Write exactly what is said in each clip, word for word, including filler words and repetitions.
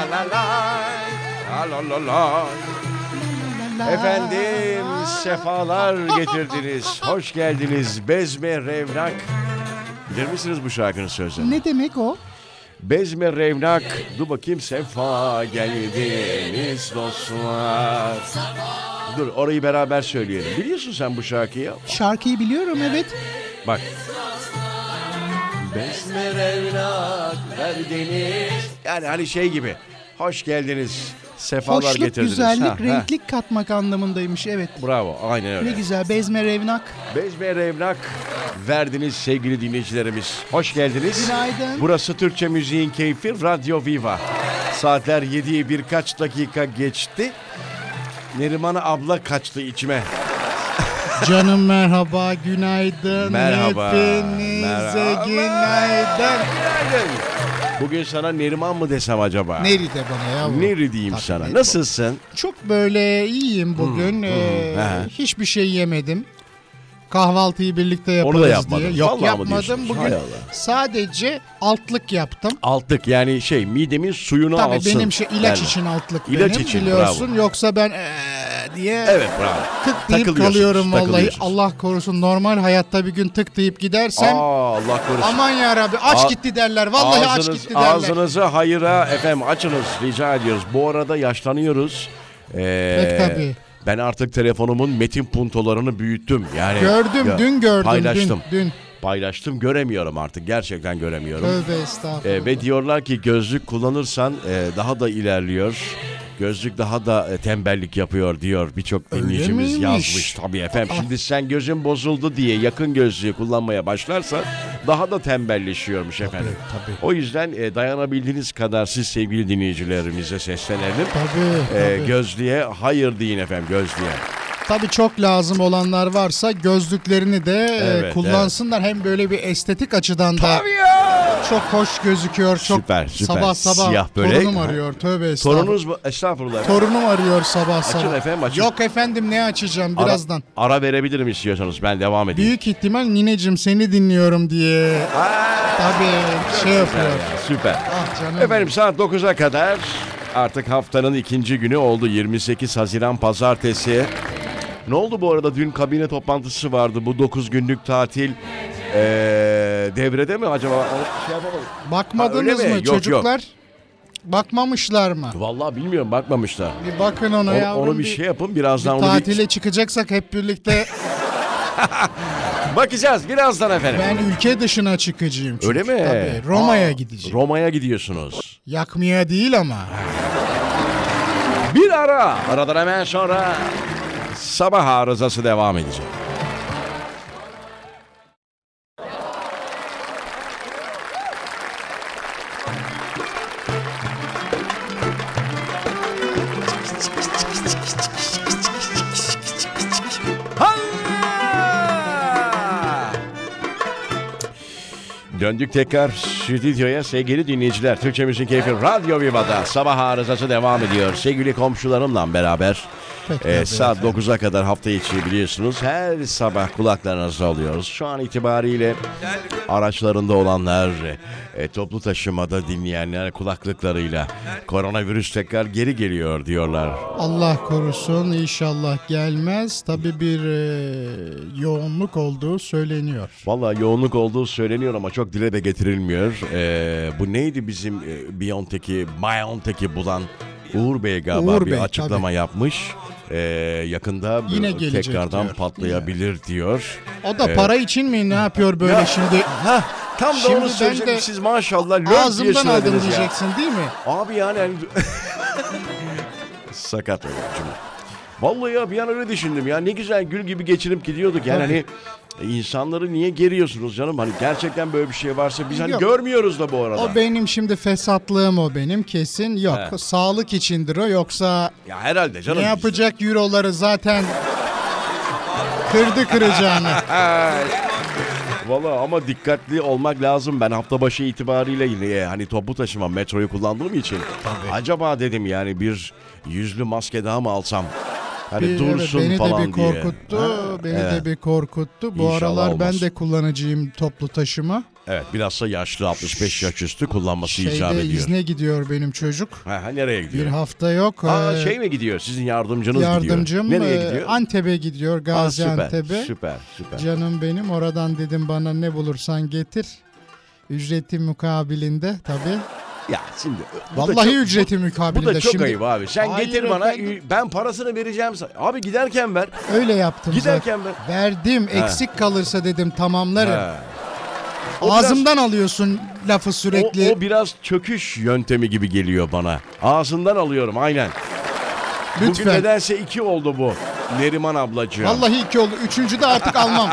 la la la la la. Efendim sefalar getirdiniz. Hoş geldiniz. Bezme Revnak. Bilir misiniz bu şarkının sözlerini? Ne demek o? Bezme Revnak. Dur bakayım. Sefa geldiniz dostlar. Dur orayı beraber söyleyelim. Biliyorsun sen bu şarkıyı. Şarkıyı biliyorum, evet. Bak. Bezme Revnak verdiniz. Yani hani şey gibi. Hoş geldiniz. Sefalar Hoşluk, getirdiniz. güzellik, Ha, renklik ha. katmak anlamındaymış, evet. Bravo, aynen öyle. Ne güzel, Bezme Revnak. Bezme Revnak verdiniz sevgili dinleyicilerimiz. Hoş geldiniz. Günaydın. Burası Türkçe Müziğin Keyfi Radyo Viva. Saatler yediyi birkaç dakika geçti. Neriman abla kaçtı içime. Canım merhaba, günaydın. Merhaba. Hepinize Merhaba. günaydın. Günaydın. Bugün sana Neriman mı desem acaba? Neri de bana yavrum. Neri diyeyim Tabii, sana. Neri. Nasılsın? Çok böyle iyiyim bugün. Hmm, ee, hmm, hiçbir şey yemedim. Kahvaltıyı birlikte yaparız Onu da yapmadın. diye. Yok, Vallahi mı yapmadım. diyorsun? Bugün Hay Allah. sadece altlık yaptım. Altlık yani şey midemin suyunu Tabii alsın. benim şey ilaç Yani. için altlık İlaç benim, için, biliyorsun. bravo. Yoksa ben ee diye Evet bravo. tık deyip Takılıyorsunuz, kalıyorum vallahi. takılıyorsunuz. Allah korusun, normal hayatta bir gün tık deyip gidersem Aa, Allah korusun. aman yarabbi aç A- gitti derler. Vallahi aç Ağzınız, gitti derler. ağzınızı hayıra efendim açınız rica ediyoruz. Bu arada yaşlanıyoruz. Ee, Pek tabii. Ben artık telefonumun metin puntolarını büyüttüm. Yani Gördüm, ya, dün gördüm. Paylaştım. Dün, dün. Paylaştım. Göremiyorum artık. Gerçekten göremiyorum. Tövbe estağfurullah. Ee, ve diyorlar ki gözlük kullanırsan e, daha da ilerliyor. Gözlük daha da e, tembellik yapıyor diyor birçok dinleyicimiz miymiş? yazmış. Tabii efendim. Şimdi sen gözün bozuldu diye yakın gözlüğü kullanmaya başlarsan daha da tembelleşiyormuş efendim. tabii. O yüzden e, dayanabildiğiniz kadar siz sevgili dinleyicilerimize seslenelim. Tabii, E, tabii. gözlüğe hayır deyin efendim, gözlüğe. Tabii çok lazım olanlar varsa gözlüklerini de Evet, e, kullansınlar. Hem böyle bir estetik açıdan da Tabii ya. çok hoş gözüküyor. Çok Süper, süper. Sabah sabah Siyah böyle. torunum arıyor. Tövbe estağfurullah. Torununuz mu? Estağfurullah. Torunum arıyor sabah Açın sabah. efendim, açın. Yok efendim, ne açacağım Ara- birazdan. Ara, verebilirim istiyorsanız, ben devam edeyim. Büyük ihtimal nineciğim seni dinliyorum diye. Tabii şey yapıyor. Süper. Ah canım. Efendim saat dokuza kadar artık haftanın ikinci günü oldu. yirmi sekiz Haziran Pazartesi. Ne oldu bu arada? Dün kabine toplantısı vardı. Bu dokuz günlük tatil ee, devrede mi acaba? Onu şey yapamadım. Bakmadınız Ha, öyle mi? mı Yok, çocuklar? Bakmamışlar mı? Vallahi bilmiyorum, bakmamışlar. Bir bakın ona Onu, yavrum. onu bir şey yapın birazdan. bir onu tatile çıkacaksak hep birlikte. bir... Bakacağız birazdan efendim. Ben ülke dışına çıkacağım çünkü. Öyle mi? Tabii, Roma'ya Aa, gideceğim. Roma'ya gidiyorsunuz. Yakmaya değil ama. Bir ara. Aradan hemen sonra sabah arızası devam edecek. Döndük tekrar stüdyoya sevgili dinleyiciler. Türkçe Müzik Keyfi Radyo Viva'da sabah arızası devam ediyor. Sevgili komşularımla beraber e, saat dokuza kadar hafta içi biliyorsunuz her sabah kulaklarınızda oluyoruz. Şu an itibariyle araçlarında olanlar, e, toplu taşımada dinleyenler kulaklıklarıyla koronavirüs tekrar geri geliyor diyorlar. Allah korusun, inşallah gelmez. Tabii bir e, yoğunluk olduğu söyleniyor. Vallahi yoğunluk olduğu söyleniyor ama çok dile de getirilmiyor. Ee, bu neydi bizim e, BioNTech'i, BioNTech'i bulan Uğur Bey galiba Uğur bir Bey, açıklama tabii. yapmış. Ee, yakında Yine bu- gelecek tekrardan diyor. patlayabilir diyor. O da Ee, para için mi ne yapıyor böyle Ya, şimdi? Hah, tam da Şimdi onu ben söyleyecektim. de Siz maşallah lök diye Ağzımdan aldın söylediniz ya. diyeceksin değil mi? Abi yani... hani- Sakat öyle cümle. Vallahi ya bir an öyle düşündüm ya. Ne güzel gül gibi geçirip gidiyorduk. Yani Tabii. hani insanları niye geriyorsunuz canım? Hani gerçekten böyle bir şey varsa biz hani Yok. görmüyoruz da bu arada. O benim şimdi fesatlığım, o benim kesin. Yok, He. sağlık içindir o, yoksa Ya herhalde canım. ne yapacak euroları zaten kırdı kıracağını. Valla ama dikkatli olmak lazım. Ben hafta başı itibariyle yine hani toplu taşıma metroyu kullandığım için. Tabii. Acaba dedim yani bir yüzlü maske daha mı alsam? Hani Bir- dursun evet, beni falan de bir diye. korkuttu. Ha, Beni evet. de bir korkuttu. Bu İnşallah aralar olmaz. ben de kullanıcıyım toplu taşıma. Evet, bilhassa yaşlı altmış beş yaş üstü kullanması Şeyde icap ediyor. izne gidiyor benim çocuk. Ha, nereye gidiyor? Bir hafta yok. Aa, Ee, şey mi gidiyor? Sizin yardımcınız Yardımcım gidiyor. Nereye e, gidiyor? Antep'e gidiyor, Aa, süper, Gaziantep'e. süper, süper. Canım benim, oradan dedim bana ne bulursan getir. Ücreti mukabilinde tabii. Ya şimdi bu da Vallahi çok- ücreti bu, mukabilinde. bu da çok Şimdi, ayıp abi. Sen Hayır getir bana, efendim. ben parasını vereceğim. sana. Abi giderken ver. Öyle yaptım Giderken zaten. ben- Verdim, eksik kalırsa dedim tamamlarım. Ha. O Ağzımdan alıyorsun lafı biraz, sürekli. o, o biraz çöküş yöntemi gibi geliyor bana. Ağzından alıyorum aynen. Bugün Lütfen. nedense iki oldu bu. Neriman ablacığım. Vallahi iki oldu. Üçüncü de artık almam.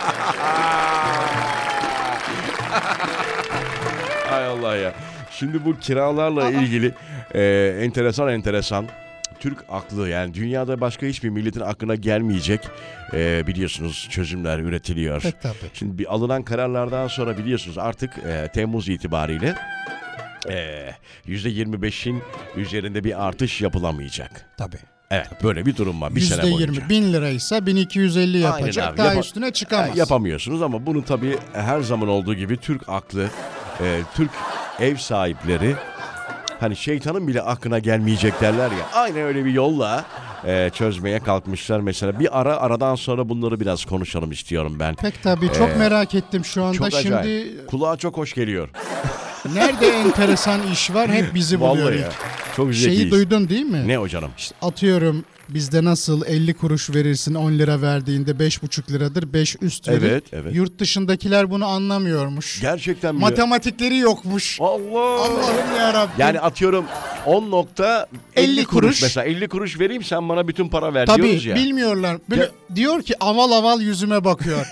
Hay Allah ya. Şimdi bu kiralarla ilgili e, enteresan enteresan Türk aklı, yani dünyada başka hiçbir milletin aklına gelmeyecek e, biliyorsunuz çözümler üretiliyor. Pek tabii. Şimdi bir alınan kararlardan sonra biliyorsunuz artık e, Temmuz itibariyle e, yüzde yirmi beşin üzerinde bir artış yapılamayacak. Tabii. Evet, böyle bir durum var bir sene yüzde boyunca. yirmi. Bin liraysa bin iki yüz elli Aynen yapacak. abi, Daha yapa- üstüne çıkamaz. E, yapamıyorsunuz ama bunu tabii her zaman olduğu gibi Türk aklı, e, Türk ev sahipleri, hani şeytanın bile aklına gelmeyecek derler ya. Aynen öyle bir yolla e, çözmeye kalkmışlar mesela. Bir ara aradan sonra bunları biraz konuşalım istiyorum ben. Pek tabii. Çok Ee, merak ettim şu anda. Çok Şimdi acayip. Kulağa çok hoş geliyor. nerede enteresan iş var hep bizi buluyor. Vallahi ya. Çok zekiyiz. Şeyi duydun değil mi? Ne o canım? İşte atıyorum, bizde nasıl elli kuruş verirsin on lira verdiğinde beş buçuk liradır, beş üst verir. Evet, evet. Yurt dışındakiler bunu anlamıyormuş. Gerçekten mi? Matematikleri yokmuş. Allah. Allah'ım yarabbim. Yani atıyorum on nokta elli elli kuruş. kuruş. Mesela elli kuruş vereyim sen bana bütün para ver diyoruz Tabii ya. bilmiyorlar. Böyle Ya- diyor ki aval aval yüzüme bakıyor.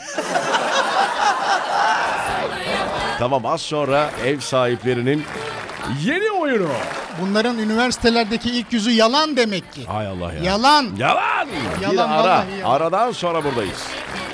Tamam, az sonra ev sahiplerinin yeni oyunu. Bunların üniversitelerdeki ilk yüzü yalan demek ki. Hay Allah ya. Yalan. Yalan. Yalan, Bir ara. vallahi yalan. Aradan sonra buradayız.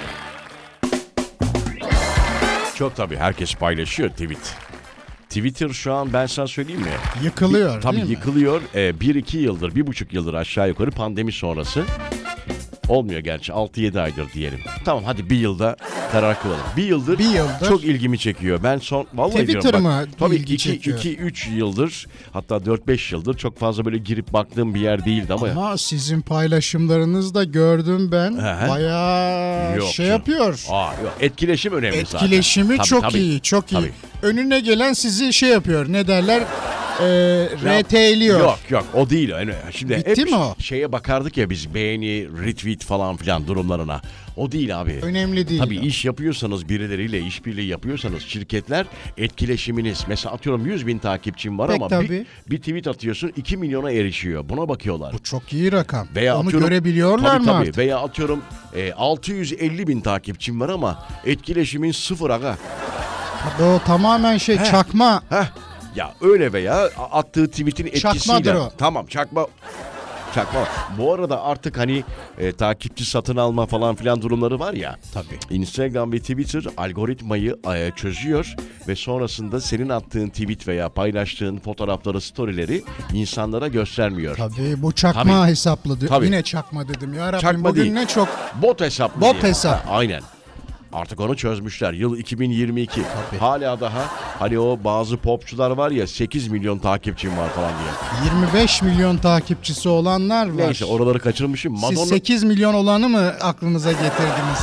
Çok tabii herkes paylaşıyor tweet. Twitter şu an ben sana söyleyeyim mi? Yıkılıyor Bir- tabii değil mi? yıkılıyor. Ee, bir iki yıldır, bir buçuk yıldır aşağı yukarı pandemi sonrası. Olmuyor gerçi, altı yedi aydır diyelim. Tamam hadi bir yılda karar kılalım. Bir yıldır, Bir yıldır. çok ilgimi çekiyor. Ben son vallahi Twitter diyorum mı bak, tabii ilgi çekiyor? iki üç yıldır, hatta dört beş yıldır çok fazla böyle girip baktığım bir yer değildi ama, Ama sizin paylaşımlarınızı da gördüm ben. Hı hı. Bayağı Yok şey canım. yapıyor. Aa, yok, etkileşim önemli zaten. Etkileşimi Tabii, çok tabii. iyi, çok iyi. Tabii. Önüne gelen sizi şey yapıyor. Ne derler? Ee, R T'liyor. Yok yok o değil. Yani şimdi Bitti hep mi o? şeye bakardık ya biz, beğeni, retweet falan filan durumlarına. O değil abi. Önemli değil. Tabii iş yapıyorsanız, birileriyle işbirliği yapıyorsanız şirketler, etkileşiminiz, mesela atıyorum yüz bin takipçim var Pek ama tabii. bir, bir tweet atıyorsun iki milyona erişiyor. Buna bakıyorlar. Bu çok iyi rakam. Veya Onu atıyorum, görebiliyorlar tabii, mı tabii. artık? Veya atıyorum e, altı yüz elli bin takipçim var ama etkileşimin sıfır aga. Tabii o tamamen şey Heh. çakma. Heh. Ya öyle veya attığı tweetin etkisiyle. Çakmadır o. Tamam, çakma. Çakma. Bu arada artık hani e, takipçi satın alma falan filan durumları var ya. Tabii. Instagram ve Twitter algoritmayı e, çözüyor ve sonrasında senin attığın tweet veya paylaştığın fotoğrafları, storyleri insanlara göstermiyor. Tabii bu çakma Tabii. hesaplı. diyor. Tabii. Yine çakma dedim ya Rabbim. Çakma Bugün değil. ne çok Bot hesap mı Bot diye. hesap. Ha, aynen. Artık onu çözmüşler. Yıl iki bin yirmi iki. Tabii. Hala daha hani o bazı popçular var ya, sekiz milyon takipçim var falan diye. yirmi beş milyon takipçisi olanlar var. Neyse, oraları kaçırmışım. Siz Madonna, sekiz milyon olanı mı aklınıza getirdiniz?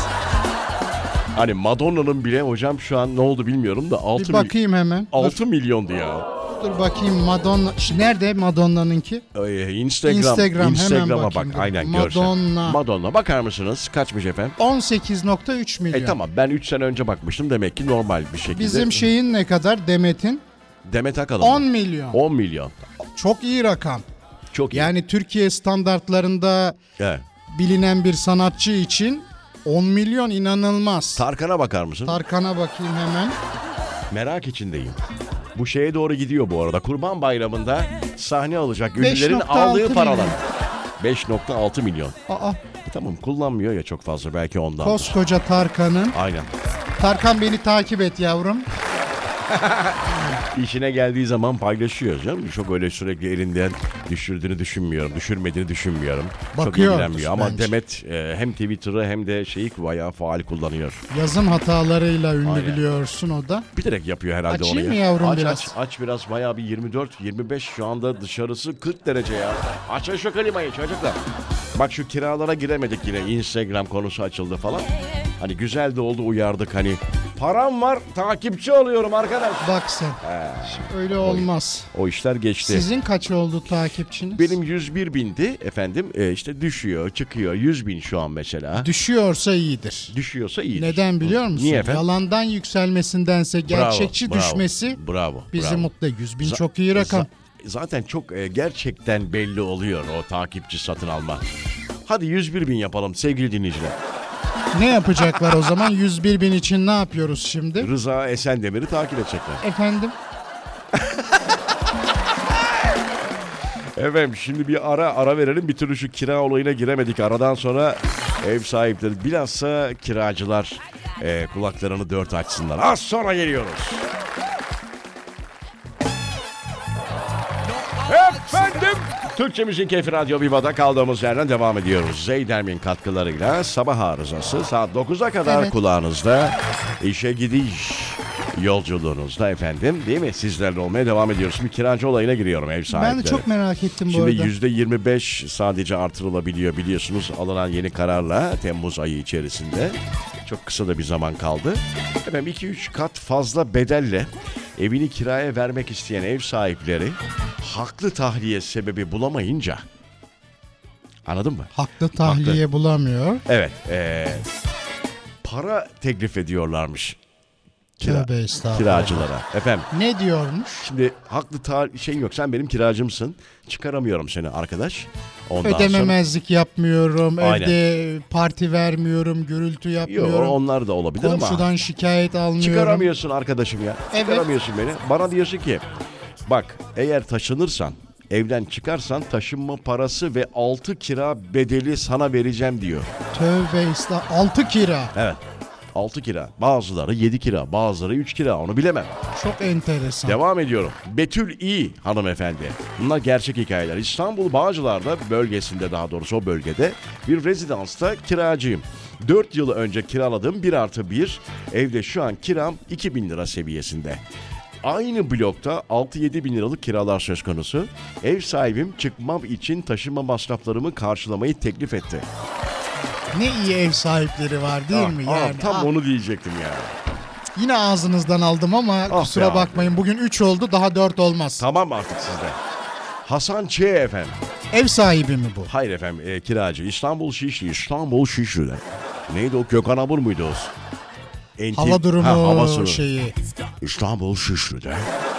hani Madonna'nın bile hocam şu an ne oldu bilmiyorum da altı, Bir bakayım hemen. altı milyondu ya. Dur, dur bakayım Madonna. Ş- Nerede Madonna'nınki? Ee, Instagram. Instagram, hemen Instagram'a bakayım, bak. dur. Aynen görsen. Madonna. Madonna bakar mısınız? Kaçmış efendim? on sekiz nokta üç milyon. E tamam, ben üç sene önce bakmıştım. Demek ki normal bir şekilde. Bizim şeyin ne kadar? Demet'in? Demet Akalın. on milyon. on milyon. Çok iyi rakam. Çok iyi. Yani Türkiye standartlarında Evet. bilinen bir sanatçı için on milyon inanılmaz. Tarkan'a bakar mısın? Tarkan'a bakayım hemen. Merak içindeyim. Bu şeye doğru gidiyor bu arada. Kurban Bayramı'nda sahne alacak beş ünlülerin nokta altı aldığı paralar. milyon. beş nokta altı milyon. Aa, E tamam, kullanmıyor ya çok fazla, belki ondan. koskoca Tarkan'ın. Aynen. Tarkan beni takip et yavrum. İşine geldiği zaman paylaşıyor canım. Çok öyle sürekli elinden düşürdüğünü düşünmüyorum. Düşürmediğini düşünmüyorum. Çok ilgilenmiyor. Ama bence Demet e, hem Twitter'ı hem de şeyi bayağı faal kullanıyor. Yazım hatalarıyla ünlü. Aynen. Biliyorsun o da. Bilerek yapıyor herhalde onu. Açayım mı yavrum aç, biraz? Aç, aç biraz, bayağı bir yirmi dört yirmi beş, şu anda dışarısı kırk derece ya. Açın şu klimayı çocuklar. Bak şu kiralara giremedik yine. Instagram konusu açıldı falan. Hani güzel de oldu, uyardık hani. Param var, takipçi oluyorum arkadaş. Bak sen. He. Öyle olmaz. O, o işler geçti. Sizin kaç oldu takipçiniz? Benim yüz bir bindi efendim. E işte düşüyor, çıkıyor. yüz bin şu an mesela. Düşüyorsa iyidir. Düşüyorsa iyidir. Neden biliyor musun? Niye efendim? Yalandan yükselmesindense gerçekçi bravo, düşmesi bravo, bizi bravo. mutlu. yüz bin Z- çok iyi rakam. Z- zaten çok e, gerçekten belli oluyor o takipçi satın alma. Hadi yüz bir bin yapalım sevgili dinleyiciler. Ne yapacaklar o zaman? yüz bir bin için ne yapıyoruz şimdi? Rıza Esendemir'i takip edecekler. Efendim? Efendim şimdi bir ara ara verelim. Bir türlü şu kira olayına giremedik. Aradan sonra ev sahipleri, bilhassa kiracılar e, kulaklarını dört açsınlar. Az sonra geliyoruz. Efendim, Türkçe Müzik Keyfi Radyo Viva'da kaldığımız yerden devam ediyoruz. Zeydermin katkılarıyla sabah arızası saat dokuza kadar evet. Kulağınızda, işe gidiş yolculuğunuzda efendim, değil mi? Sizlerle olmaya devam ediyoruz. Şimdi kiracı olayına giriyorum, ev sahipleri. Ben de çok merak ettim bu Şimdi arada. Şimdi yüzde yirmi beş sadece artırılabiliyor biliyorsunuz, alınan yeni kararla Temmuz ayı içerisinde. Çok kısa da bir zaman kaldı. Efendim iki üç kat fazla bedelle evini kiraya vermek isteyen ev sahipleri haklı tahliye sebebi bulamayınca, anladın mı? Haklı tahliye haklı. bulamıyor. Evet. Ee, para teklif ediyorlarmış. Kira, kiracılara. Efendim. Ne diyormuş? Şimdi haklı ta- şey yok. Sen benim kiracımsın. Çıkaramıyorum seni arkadaş. Ondan Ödememezlik sonra... yapmıyorum. Aynen. Evde parti vermiyorum. Gürültü yapmıyorum. Yok, onlar da olabilir Komşudan ama. Komşudan şikayet almıyorum. Çıkaramıyorsun arkadaşım ya. Evet. Çıkaramıyorsun beni. Bana diyorsun ki bak, eğer taşınırsan, evden çıkarsan taşınma parası ve altı kira bedeli sana vereceğim diyor. Tövbe estağfurullah. altı kira. Evet. altı kira. Bazıları yedi kira. Bazıları üç kira. Onu bilemem. Çok enteresan. Devam ediyorum. Betül İ hanımefendi. Bunlar gerçek hikayeler. İstanbul Bağcılar'da bölgesinde, daha doğrusu o bölgede bir rezidansta kiracıyım. dört yıl önce kiraladığım bir artı bir evde şu an kiram iki bin lira seviyesinde. Aynı blokta altı yedi bin liralık kiralar söz konusu. Ev sahibim çıkmam için taşınma masraflarımı karşılamayı teklif etti. Ne iyi ev sahipleri var değil ah, mi? Yani ah, tam ah. onu diyecektim ya. Yine ağzınızdan aldım ama ah kusura bakmayın. Abi. Bugün üç oldu, daha dört olmaz. Tamam artık sizde. Hasan Ç. efendim. Ev sahibi mi bu? Hayır efendim, e, kiracı. İstanbul Şişli. İstanbul Şişli'de. Neydi o? Gökhan Abur muydu o? Enti... Hava durumu ha, hava şeyi. İstanbul Şişli'de.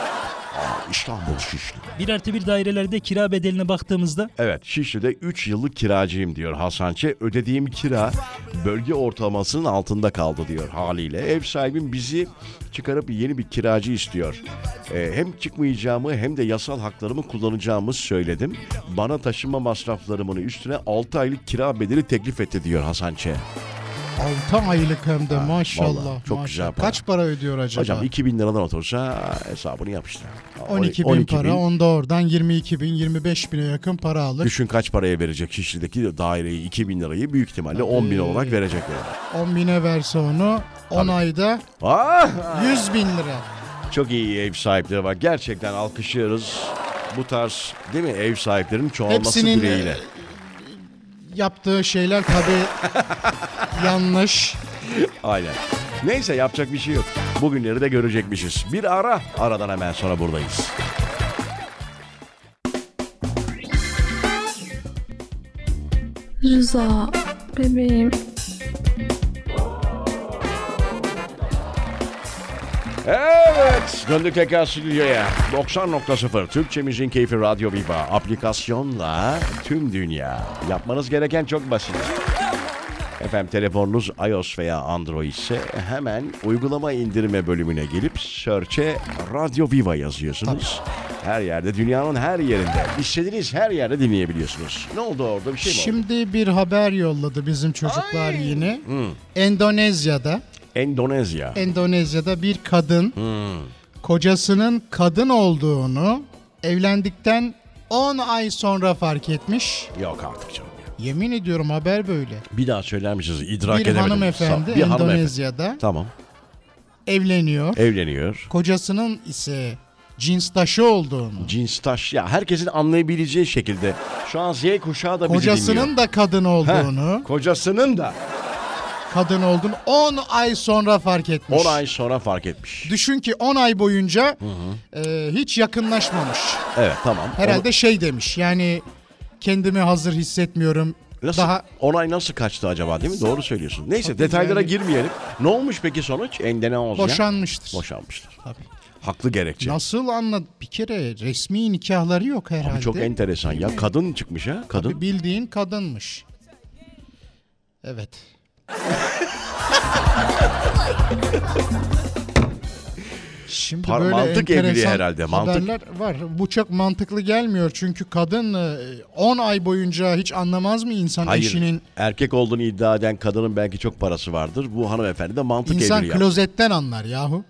İstanbul Şişli. Bir artı bir dairelerde kira bedeline baktığımızda. Evet, Şişli'de üç yıllık kiracıyım diyor Hasan Ç. Ödediğim kira bölge ortalamasının altında kaldı diyor haliyle. Ev sahibim bizi çıkarıp yeni bir kiracı istiyor. Ee, hem çıkmayacağımı hem de yasal haklarımı kullanacağımı söyledim. Bana taşınma masraflarımın üstüne altı aylık kira bedeli teklif etti diyor Hasan Ç. altı aylık hem de ha, maşallah. Vallahi, çok maşallah. güzel para. Kaç para ödüyor acaba? Hocam iki bin liradan otursa hesabını yap işte. on iki bin para, onda oradan yirmi iki bin yirmi beş bine yakın para alır. Düşün kaç paraya verecek Şişli'deki daireyi, iki bin lirayı büyük ihtimalle on bin olarak verecek yani. on bine verse onu on Tabii. ayda ah! yüz bin lira. Çok iyi ev sahipleri var. Gerçekten alkışlıyoruz. Bu tarz değil mi ev sahiplerinin çoğalması Hepsinin dileğiyle. Yaptığı şeyler tabii yanlış. Aynen. Neyse, yapacak bir şey yok. Bugünleri de görecekmişiz. Bir ara, aradan hemen sonra buradayız. Rıza, bebeğim. Evet, döndük tekrar stüdyoya. doksan nokta sıfır Türkçe Müzik Keyfi Radyo Viva aplikasyonla tüm dünya. Yapmanız gereken çok basit. Efendim, telefonunuz iOS veya Android ise hemen uygulama indirme bölümüne gelip search'e Radyo Viva yazıyorsunuz. Tabii. Her yerde, dünyanın her yerinde, istediğiniz her yerde dinleyebiliyorsunuz. Ne oldu orada, bir şey mi oldu? Şimdi bir haber yolladı bizim çocuklar Ay. yine. Hmm. Endonezya'da. Endonezya. Endonezya'da bir kadın hmm. kocasının kadın olduğunu evlendikten on ay sonra fark etmiş. Yok artık canım ya. Yemin ediyorum haber böyle. Bir daha söyler misiniz? İdrak Bir edemedim. hanımefendi Bir hanımefendi. Endonezya'da Tamam. evleniyor. Evleniyor. Kocasının ise cinsdaşı olduğunu. Cins taş ya herkesin anlayabileceği şekilde. Şu an Z kuşağı da bizi dinliyor. Kocasının da kadın olduğunu. Heh, kocasının da kadın olduğunu on ay sonra fark etmiş. on ay sonra fark etmiş. Düşün ki on ay boyunca e, hiç yakınlaşmamış. Evet tamam. Herhalde şey demiş yani kendimi hazır hissetmiyorum. Onu, nasıl, Daha on ay nasıl kaçtı acaba değil mi? Doğru söylüyorsun. Neyse Tabii detaylara yani- girmeyelim. Ne olmuş peki sonuç? Endonezya. boşanmıştır. Boşanmıştır. Tabii. Haklı gerekçe. Nasıl anlat? Bir kere resmi nikahları yok herhalde. Abi çok enteresan ya. Kadın çıkmış ha. Kadın. Tabii bildiğin kadınmış. Evet. Şimdi Par- böyle mantık evliliği enteresan herhalde, mantık. haberler var. Bu çok mantıklı gelmiyor çünkü kadın on ay boyunca hiç anlamaz mı insan Hayır. eşinin? Erkek olduğunu iddia eden kadının belki çok parası vardır. Bu hanımefendi de mantık İnsan evliliği yaptı. klozetten anlar yahu.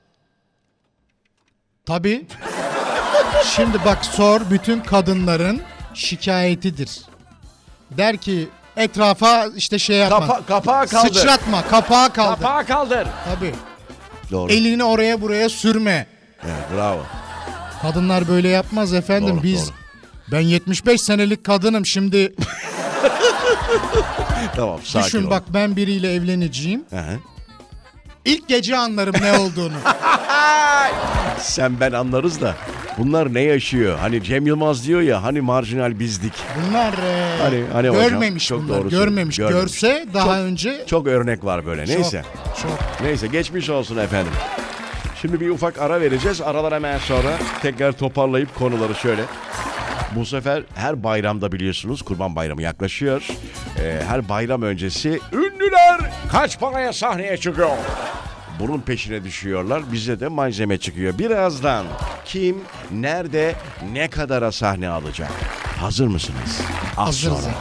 Tabii. Şimdi bak sor bütün kadınların şikayetidir. Der ki etrafa işte şey yapma. Kapa- kapağı kaldır. Sıçratma, kapağı kaldır. Kapağı kaldır. Tabii. Doğru. Elini oraya buraya sürme. Evet, bravo. Kadınlar böyle yapmaz efendim. Doğru, Biz doğru. ben yetmiş beş senelik kadınım şimdi. Tamam sakin Düşün ol. bak ben biriyle evleneceğim. Hı hı. İlk gece anlarım ne olduğunu. Sen ben anlarız da bunlar ne yaşıyor? Hani Cem Yılmaz diyor ya hani marjinal bizdik. Bunlar e, Hani- hani hocam, görmemiş çok bunlar. doğru Görmemiş. söylüyor. Görse daha Çok- önce Çok örnek var böyle. Neyse. Çok, çok. Neyse geçmiş olsun efendim. Şimdi bir ufak ara vereceğiz. Aralar hemen sonra tekrar toparlayıp konuları şöyle. Bu sefer her bayramda biliyorsunuz Kurban Bayramı yaklaşıyor. Ee, her bayram öncesi ünlüler kaç paraya sahneye çıkıyor? Bunun peşine düşüyorlar. Bize de malzeme çıkıyor. Birazdan kim, nerede, ne kadara sahne alacak? Hazır mısınız? Az Hazırız. sonra.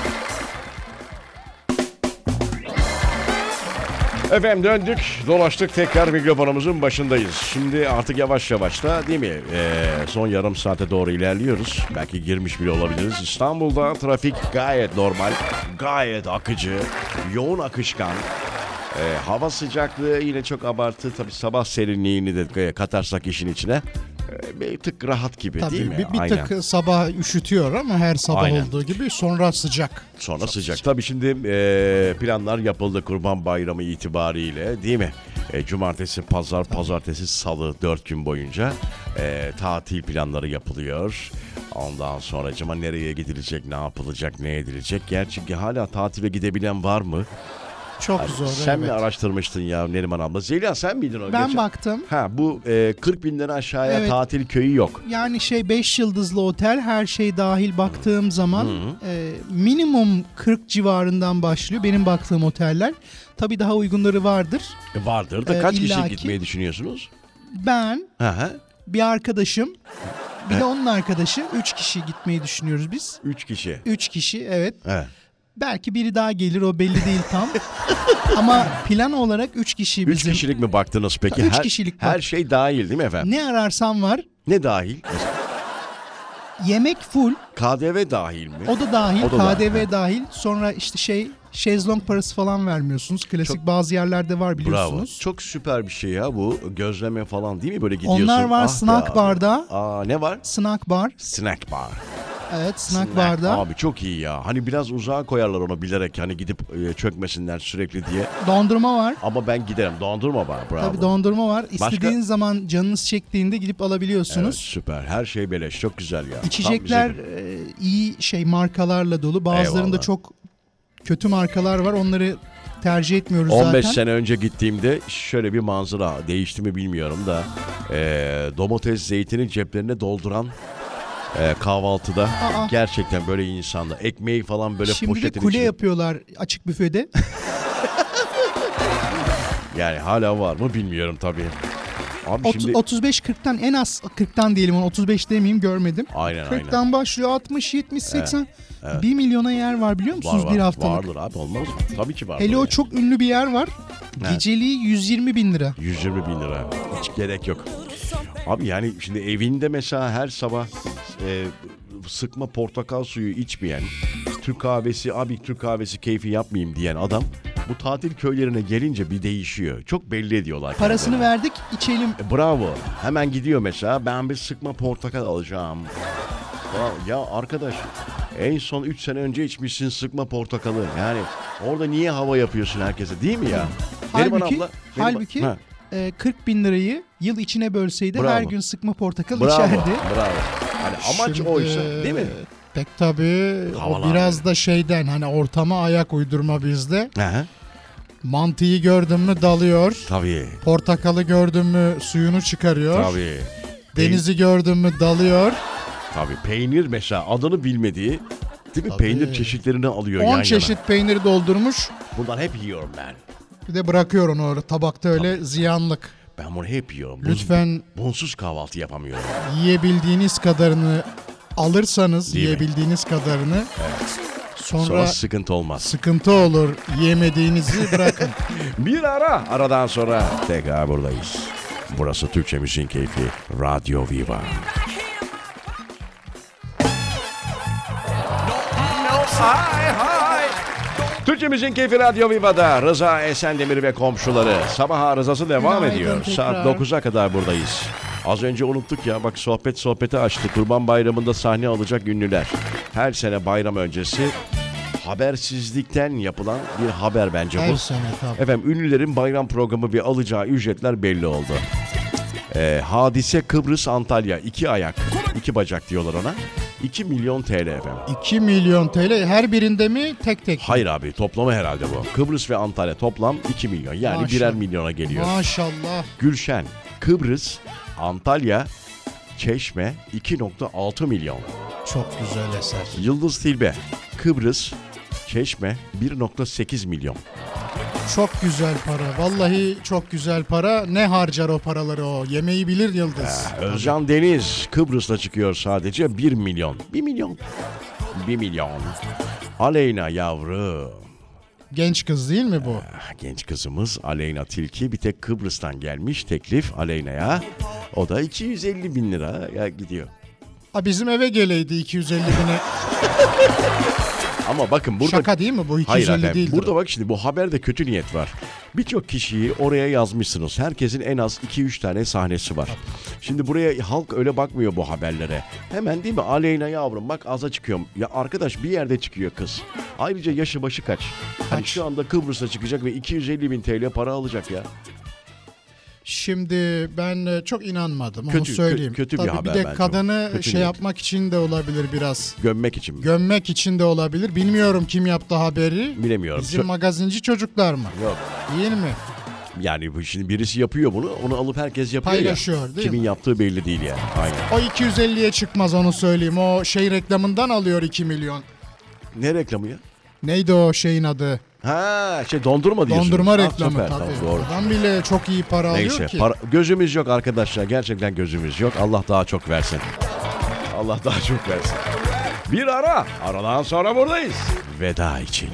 Efendim döndük, dolaştık tekrar mikrofonumuzun başındayız. Şimdi artık yavaş yavaş da değil mi? Ee, son yarım saate doğru ilerliyoruz. Belki girmiş bile olabiliriz. İstanbul'da trafik gayet normal, gayet akıcı, yoğun akışkan. Ee, hava sıcaklığı yine çok abartı. Tabii sabah serinliğini de katarsak işin içine. Ee, bir tık rahat gibi değil Tabii mi? bir, bir Aynen. tık sabah üşütüyor ama her sabah Aynen. olduğu gibi sonra sıcak. Sonra sıcak. Tabii şimdi e, planlar yapıldı Kurban Bayramı itibariyle değil mi? E, cumartesi, pazar, pazartesi, salı dört gün boyunca e, tatil planları yapılıyor. Ondan sonra cuma nereye gidilecek, ne yapılacak, ne edilecek? Gerçi hala tatile gidebilen var mı? Çok Hani zor. sen evet. mi araştırmıştın ya Neriman abla? Zeliha sen miydin o Ben geçen? baktım. Ha bu e, kırk binden aşağıya Evet. tatil köyü yok. Yani şey beş yıldızlı otel her şey dahil baktığım zaman e, minimum kırk civarından başlıyor benim baktığım oteller. Tabii daha uygunları vardır. E, vardır da Ee, kaç kişi illaki. gitmeyi düşünüyorsunuz? Ben, Hı hı. bir arkadaşım, bir de onun arkadaşı üç kişi gitmeyi düşünüyoruz biz. Üç kişi. Üç kişi evet. Evet. Belki biri daha gelir o belli değil tam. Ama plan olarak üç kişi Üç bizim. kişilik mi baktınız peki? Üç her, kişilik Her bak. şey dahil değil mi efendim? Ne ararsan var. Ne dahil? Mesela Yemek full. K D V dahil mi? O da dahil. O da K D dahil. V dahil. Sonra işte şey şezlong parası falan vermiyorsunuz. Klasik Çok- bazı yerlerde var Bravo. biliyorsunuz. Çok süper bir şey ya bu. Gözleme falan değil mi? Böyle gidiyorsun. Onlar var Ah be snack abi. barda. Aa ne var? Snack bar. Snack bar. Evet snack, barda. Abi çok iyi ya. Hani biraz uzağa koyarlar onu bilerek. Hani gidip e, çökmesinler sürekli diye. Dondurma var. Ama ben giderim. Dondurma var. Bravo. Tabii dondurma var. Başka? İstediğin zaman canınız çektiğinde gidip Evet, alabiliyorsunuz. süper. Her şey beleş. Çok güzel ya. Tam İçecekler bize- e, iyi şey markalarla dolu. Bazılarında Eyvallah. çok kötü markalar var. Onları tercih etmiyoruz on beş zaten. sene önce gittiğimde şöyle bir manzara değişti mi bilmiyorum da e, domates zeytini ceplerine dolduran e, kahvaltıda Aa. gerçekten böyle insanlar ekmeği falan böyle Şimdi de poşetin kule içine yapıyorlar açık büfede. yani hala var mı bilmiyorum tabii. Abi Ot- şimdi otuz beş kırktan en az kırktan diyelim onu otuz beş demeyeyim görmedim. aynen aynen kırktan başlıyor altmış yetmiş seksen evet. bir milyona yer var biliyor var musunuz var bir haftalık? vardır abi olmaz mı? Tabii ki vardır. Hele o yani. çok ünlü bir yer var. Evet. Geceliği yüz yirmi bin lira. yüz yirmi bin lira hiç gerek yok. Abi yani şimdi evinde mesela her sabah e, sıkma portakal suyu içmeyen, Türk kahvesi, abi Türk kahvesi keyfi yapmayayım diyen adam bu tatil köylerine gelince bir değişiyor. Çok belli ediyorlar. Parasını kendilerine. verdik, içelim. E, bravo. Hemen gidiyor mesela, ben bir sıkma portakal alacağım. Ya, ya arkadaş, en son üç sene önce içmişsin sıkma portakalı. Yani orada niye hava yapıyorsun herkese, değil mi ya? Neriman Halbuki, abla, Neriman- halbuki Ha, e, kırk bin lirayı yıl içine bölseydi Bravo. her gün sıkma portakal bravo, içerdi. bravo. Hani amaç Şimdi, oysa, değil mi? Pek tabii Havalar o biraz da şeyden, hani ortama ayak uydurma bizde. Hı. Mantıyı gördün mü dalıyor. Tabii, Portakalı gördün mü suyunu çıkarıyor. tabii. Denizi gördün mü dalıyor. Tabii peynir mesela adını bilmediği, değil mi? Tabii. Peynir çeşitlerini alıyor yan on yana. çeşit peynir doldurmuş. Bundan hep yiyorum ben. Bir de bırakıyor onu orada tabakta öyle ziyanlık. Ben bunu hep yiyorum. Bun- Lütfen Bunsuz kahvaltı yapamıyorum. yiyebildiğiniz kadarını alırsanız, Değil mi? yiyebildiğiniz kadarını sonra, Sonra sıkıntı olmaz. sıkıntı olur. Yiyemediğinizi bırakın. Bir ara. Aradan sonra tekrar buradayız. Burası Türkçe Müziğin Keyfi Radyo Viva. Türkçe Müziğin Keyfi Radyo Viva'da Rıza Esendemir ve komşuları. Sabah arızası devam Günaydın ediyor. tekrar. Saat dokuza kadar buradayız. Az önce unuttuk ya, bak sohbet sohbeti açtı. Kurban Bayramı'nda sahne alacak ünlüler. Her sene bayram öncesi habersizlikten yapılan bir haber bence Her bu. sene tabii. Efendim, ünlülerin bayram programı ve alacağı ücretler belli oldu. Ee, Hadise Kıbrıs Antalya, iki ayak, iki bacak diyorlar ona. iki milyon T L efendim. iki milyon T L her birinde mi tek tek? mi? Hayır abi, toplamı herhalde bu. Kıbrıs ve Antalya toplam iki milyon, yani Maşallah. birer milyona geliyor. Maşallah. Gülşen, Kıbrıs, Antalya, Çeşme iki nokta altı milyon. Çok güzel eser. Yıldız Tilbe, Kıbrıs, Çeşme bir nokta sekiz milyon. Çok güzel para. Vallahi çok güzel para. Ne harcar o paraları o? Yemeği bilir Yıldız. Özcan Deniz, Kıbrıs'ta çıkıyor sadece bir milyon. bir milyon. bir milyon. Aleyna yavru. Genç kız değil mi bu? Ah, genç kızımız Aleyna Tilki bir tek Kıbrıs'tan gelmiş teklif Aleyna'ya. O da iki yüz elli bin lira ya gidiyor. Ha, bizim eve geleydi iki yüz elli bine. Ama bakın burada... Şaka değil mi bu? iki yüz Hayır elli efendim, değildir. burada bak şimdi bu haberde kötü niyet var. Birçok kişiyi oraya yazmışsınız. Herkesin en az iki üç tane sahnesi var. Şimdi buraya halk öyle bakmıyor bu haberlere. Hemen değil mi, Aleyna yavrum bak aza çıkıyorum. Ya arkadaş, bir yerde çıkıyor kız. Ayrıca yaşı başı kaç? Hani şu anda Kıbrıs'a çıkacak ve iki yüz elli bin T L para alacak ya. Şimdi ben e, çok inanmadım, onu Kötü- söyleyeyim. kö- kötü bir Tabii haber bir de bence o. kadını Kötü şey niyet. yapmak için de olabilir biraz. Gömmek için mi? Gömmek için de olabilir. Bilmiyorum kim yaptı haberi. Bilemiyorum. Bizim Sö- magazinci çocuklar mı? Yok. Değil mi? Yani bu şimdi birisi yapıyor bunu. Onu alıp herkes yapıyor Paylaşıyor, ya. değil Kimin mi? yaptığı belli değil yani. Aynen. O iki yüz elliye çıkmaz, onu söyleyeyim. O şey reklamından alıyor iki milyon. Ne reklamı ya? Neydi o şeyin adı? Ha şey dondurma diyorsun. Dondurma Ah, reklamı süper, tabii. tamam, doğru. Adam bile çok iyi para Neyse alıyor ki. para- gözümüz yok arkadaşlar, gerçekten gözümüz yok. Allah daha çok versin. Allah daha çok versin. Bir ara. Aradan sonra buradayız. Veda için.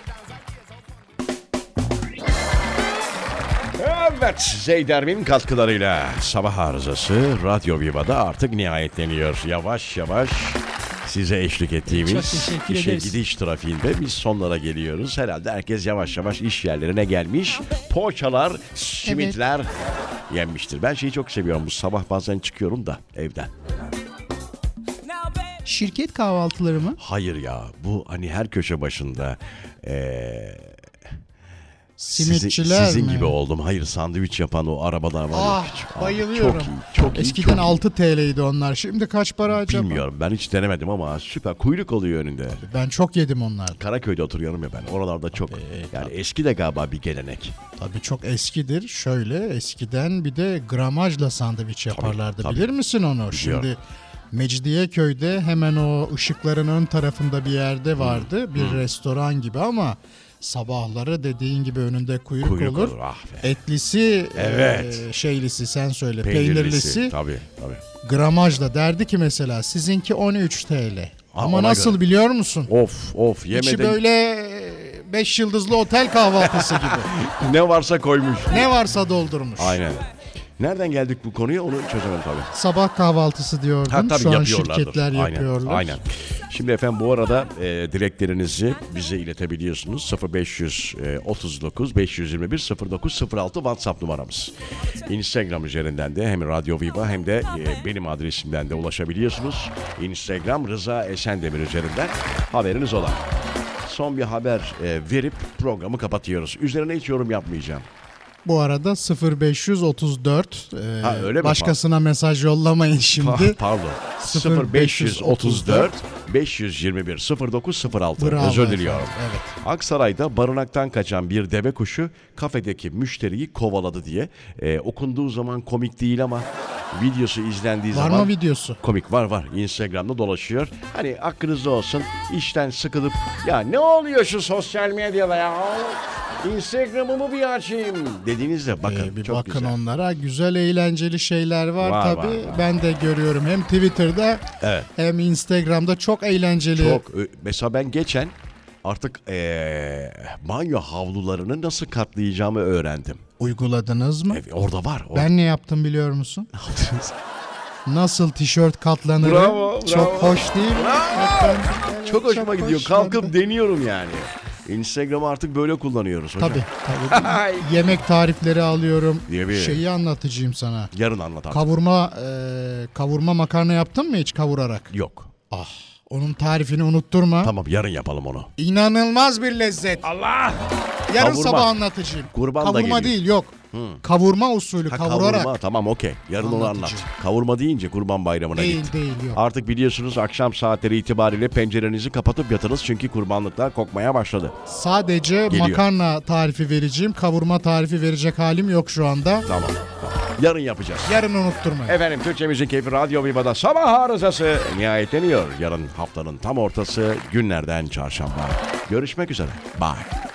Evet, Zeydermin katkılarıyla sabah arızası Radyo Viva'da artık nihayetleniyor. Yavaş yavaş size eşlik ettiğimiz Çok teşekkür işe ederiz. gidiş trafiğinde biz sonlara geliyoruz. Herhalde herkes yavaş yavaş iş yerlerine gelmiş. Poğaçalar, simitler yenmiştir. Ben şeyi çok seviyorum. Bu sabah bazen çıkıyorum da evden. Şirket kahvaltıları mı? Hayır ya, bu hani her köşe başında eee Simitçiler sizin, sizin mi? gibi oldum. Hayır, sandviç yapan o arabalar var ya. Ah, küçük. bayılıyorum. Çok iyi, çok iyi. Eskiden çok iyi. altı T L'ydi onlar. Şimdi kaç para acaba? Bilmiyorum, ben hiç denemedim ama süper. Kuyruk oluyor önünde. Ben çok yedim onlar. Karaköy'de oturuyorum ya ben. Oralarda çok. Yani eski de galiba bir gelenek. Tabii çok eskidir. Şöyle eskiden bir de gramajla sandviç yaparlardı. tabii. Bilir misin onu? Şimdi Mecidiyeköy'de hemen o ışıkların ön tarafında bir yerde vardı. Bir restoran gibi ama sabahları dediğin gibi önünde kuyruk, Kuyruk olur. olur, ah be. Etlisi, Evet. e, şeylisi sen söyle, Peynirlisi. peynirlisi, Tabii tabii. gramajla derdi ki mesela sizinki on üç T L. Ha, Ama ona nasıl göre. biliyor musun? Of of İçi yemeden böyle beş yıldızlı otel kahvaltısı gibi. ne varsa koymuş. Ne varsa doldurmuş. Aynen. Nereden geldik bu konuya onu çözemedim tabii. Sabah kahvaltısı diyordun. Ha, tabii Şu an yapıyorlardır. şirketler Aynen, yapıyorlar. Aynen. Şimdi efendim bu arada e, dileklerinizi bize iletebiliyorsunuz. sıfır beş otuz dokuz beş yirmi bir sıfır dokuz sıfır altı WhatsApp numaramız. Instagram üzerinden de hem Radyo Viva hem de e, benim adresimden de ulaşabiliyorsunuz. Instagram Rıza Esendemir üzerinden haberiniz olan. Son bir haber e, verip programı kapatıyoruz. Üzerine hiç yorum yapmayacağım. Bu arada sıfır beş otuz dört e, Ha, öyle mi? başkasına mesaj yollamayın şimdi. Pardon. sıfır beş otuz dört beş yirmi bir sıfır dokuz sıfır altı. Bravo Özür efendim, diliyorum. evet. Aksaray'da barınaktan kaçan bir deve kuşu kafedeki müşteriyi kovaladı diye. Ee, okunduğu zaman komik değil ama videosu izlendiği Var zaman mı videosu? komik. Var var. Instagram'da dolaşıyor. Hani aklınızda olsun, işten sıkılıp ya ne oluyor şu sosyal medyada ya? Instagram'ımı bir açayım dediğinizde bakın Ee, bir çok bakın güzel. onlara. Güzel eğlenceli şeyler var, Var, tabii. var, var. Ben de görüyorum hem Twitter'da Evet. hem Instagram'da çok eğlenceli. Çok. Ö- Mesela ben geçen artık ee, banyo havlularını nasıl katlayacağımı öğrendim. Uyguladınız mı? Evet, orada var. Orada. Ben ne yaptım biliyor musun? Nasıl tişört katlanır? Bravo, Çok bravo. hoş değil mi? Evet, ben- Çok hoşuma çok gidiyor. hoş. Kalkıp Ben de- deniyorum yani. Instagram'ı artık böyle kullanıyoruz hocam. Tabii tabii. Yemek tarifleri alıyorum. Diye bir- Şeyi anlatacağım sana. Yarın anlat artık. Kavurma e, kavurma makarna yaptın mı hiç kavurarak? Yok. Ah, onun tarifini unutturma. Tamam yarın yapalım onu. İnanılmaz bir lezzet. Allah! Yarın Kavurma. sabah anlatacağım. Kurban da Kavurma geliyor. değil, yok. Kavurma usulü, Ha, kavurarak. kavurma tamam okey. Yarın onu Anlatıcı. anlat. Kavurma deyince Kurban Bayramı'na Değil gitti. değil yok. Artık biliyorsunuz akşam saatleri itibariyle pencerenizi kapatıp yatınız çünkü kurbanlıklar kokmaya başladı. Sadece Geliyor. makarna tarifi vereceğim. Kavurma tarifi verecek halim yok şu anda. Tamam. tamam. Yarın yapacağız. Yarın unutturmayın. Efendim Türkçe Müzik Keyfi Radyo Viva'da sabah arızası nihayetleniyor. Yarın haftanın tam ortası günlerden çarşamba. Görüşmek üzere. Bye.